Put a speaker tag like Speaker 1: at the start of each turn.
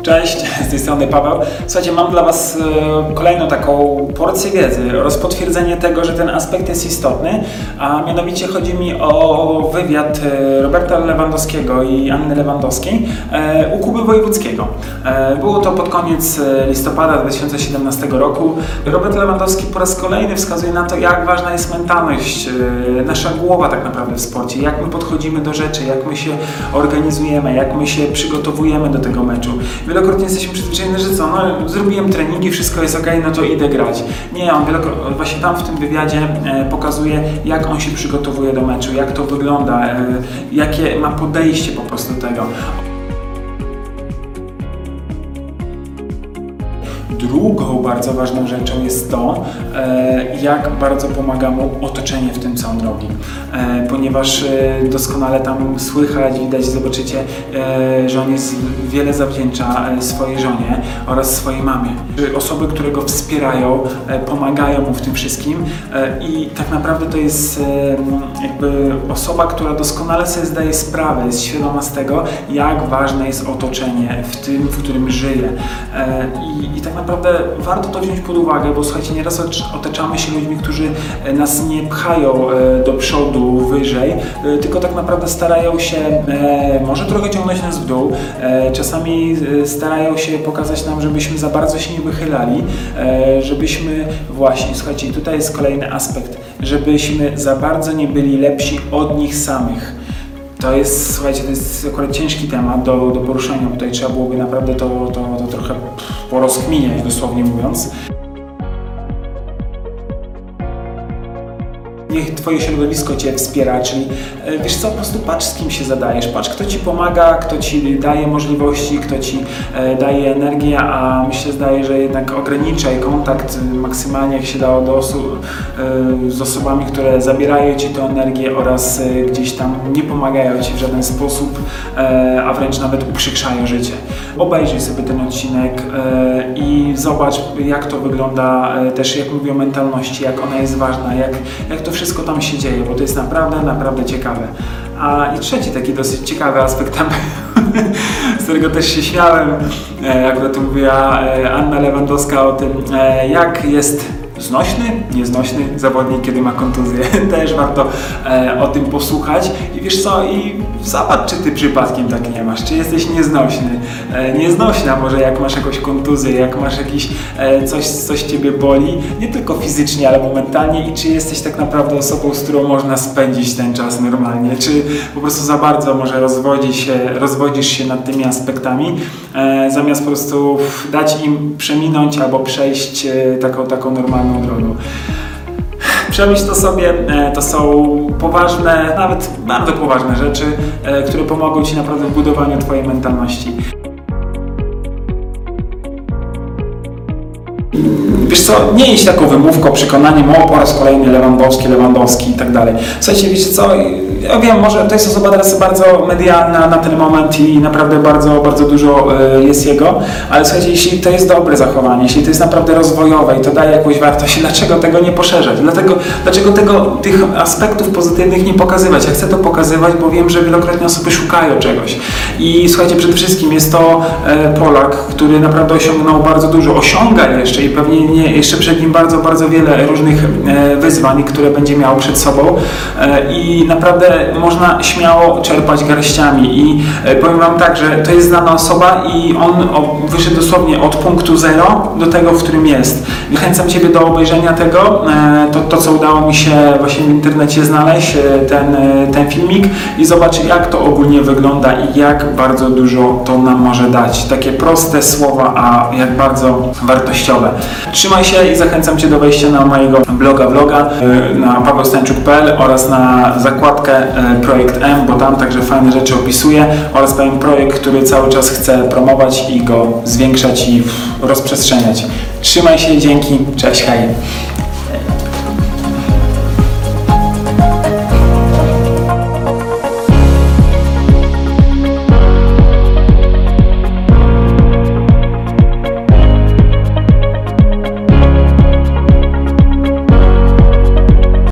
Speaker 1: Cześć, z tej strony Paweł. Słuchajcie, mam dla Was kolejną taką porcję wiedzy oraz potwierdzenie tego, że ten aspekt jest istotny, a mianowicie chodzi mi o wywiad Roberta Lewandowskiego i Anny Lewandowskiej u Kuby Wojewódzkiego. Było to pod koniec listopada 2017 roku. Robert Lewandowski po raz kolejny wskazuje na to, jak ważna jest mentalność, nasza głowa tak naprawdę w sporcie, jak my podchodzimy do rzeczy, jak my się organizujemy, jak my się przygotowujemy do tego meczu. Wielokrotnie jesteśmy przyzwyczajeni, że co, no zrobiłem treningi, wszystko jest ok, no to idę grać. Nie, on właśnie tam w tym wywiadzie pokazuje, jak on się przygotowuje do meczu, jak to wygląda, jakie ma podejście po prostu do tego. Drugą bardzo ważną rzeczą jest to, jak bardzo pomaga mu otoczenie w tym, co on robi. Ponieważ doskonale tam słychać, widać, zobaczycie, że on wiele zawdzięcza swojej żonie oraz swojej mamie. Osoby, które go wspierają, pomagają mu w tym wszystkim i tak naprawdę to jest jakby osoba, która doskonale sobie zdaje sprawę, jest świadoma z tego, jak ważne jest otoczenie w tym, w którym żyje. I tak naprawdę warto to wziąć pod uwagę, bo słuchajcie, nieraz otaczamy się ludźmi, którzy nas nie pchają do przodu, wyżej, tylko tak naprawdę starają się może trochę ciągnąć nas w dół, czasami starają się pokazać nam, żebyśmy za bardzo się nie wychylali, żebyśmy właśnie, słuchajcie, tutaj jest kolejny aspekt, żebyśmy za bardzo nie byli lepsi od nich samych. To jest, słuchajcie, to jest akurat ciężki temat do poruszenia. Tutaj trzeba byłoby naprawdę to trochę porozkminiać, dosłownie mówiąc. Niech Twoje środowisko Cię wspiera, czyli wiesz co, po prostu patrz, z kim się zadajesz, patrz, kto Ci pomaga, kto Ci daje możliwości, kto Ci daje energię, a myślę, zdaje, że jednak ograniczaj kontakt maksymalnie, jak się dało z osobami, które zabierają Ci tę energię oraz gdzieś tam nie pomagają Ci w żaden sposób, a wręcz nawet uprzykrzają życie. Obejrzyj sobie ten odcinek i zobacz, jak to wygląda, też jak mówię o mentalności, jak ona jest ważna, jak to wszystko tam się dzieje, bo to jest naprawdę ciekawe. I trzeci taki dosyć ciekawy aspekt tam, z którego też się śmiałem, jak o tym mówiła Anna Lewandowska, o tym, jak jest znośny, nieznośny zawodnik, kiedy ma kontuzję. Też warto o tym posłuchać i wiesz co, i zobacz, czy ty przypadkiem tak nie masz, czy jesteś nieznośny, nieznośna może, jak masz jakąś kontuzję, jak masz jakiś coś ciebie boli, nie tylko fizycznie, ale momentalnie, i czy jesteś tak naprawdę osobą, z którą można spędzić ten czas normalnie, czy po prostu za bardzo może rozwodzisz się nad tymi aspektami, zamiast po prostu dać im przeminąć albo przejść taką normalną drogą. Przemyśl to sobie, to są poważne, nawet bardzo poważne rzeczy, które pomogą Ci naprawdę w budowaniu Twojej mentalności. Wiesz co, nie idź taką wymówką, przekonaniem, po raz kolejny Lewandowski i tak dalej. Słuchajcie, wiecie co, ja wiem, może to jest osoba teraz bardzo medialna na ten moment i naprawdę bardzo dużo jest jego, ale słuchajcie, jeśli to jest dobre zachowanie, jeśli to jest naprawdę rozwojowe i to daje jakąś wartość, dlaczego tego nie poszerzać? Dlaczego tych aspektów pozytywnych nie pokazywać? Ja chcę to pokazywać, bo wiem, że wielokrotnie osoby szukają czegoś. I słuchajcie, przede wszystkim jest to Polak, który naprawdę osiągnął bardzo dużo, osiąga jeszcze i pewnie jeszcze przed nim bardzo wiele różnych wyzwań, które będzie miał przed sobą, i naprawdę można śmiało czerpać garściami i powiem Wam tak, że to jest znana osoba i on wyszedł dosłownie od punktu 0 do tego, w którym jest. Zachęcam Ciebie do obejrzenia tego, to co udało mi się właśnie w internecie znaleźć, ten filmik, i zobacz, jak to ogólnie wygląda i jak bardzo dużo to nam może dać. Takie proste słowa, a jak bardzo wartościowe. Trzymaj się i zachęcam Cię do wejścia na mojego vloga na pawełstańczuk.pl oraz na zakładkę Projekt M, bo tam także fajne rzeczy opisuję, oraz pewien projekt, który cały czas chcę promować i go zwiększać i rozprzestrzeniać. Trzymaj się, dzięki, cześć, hej!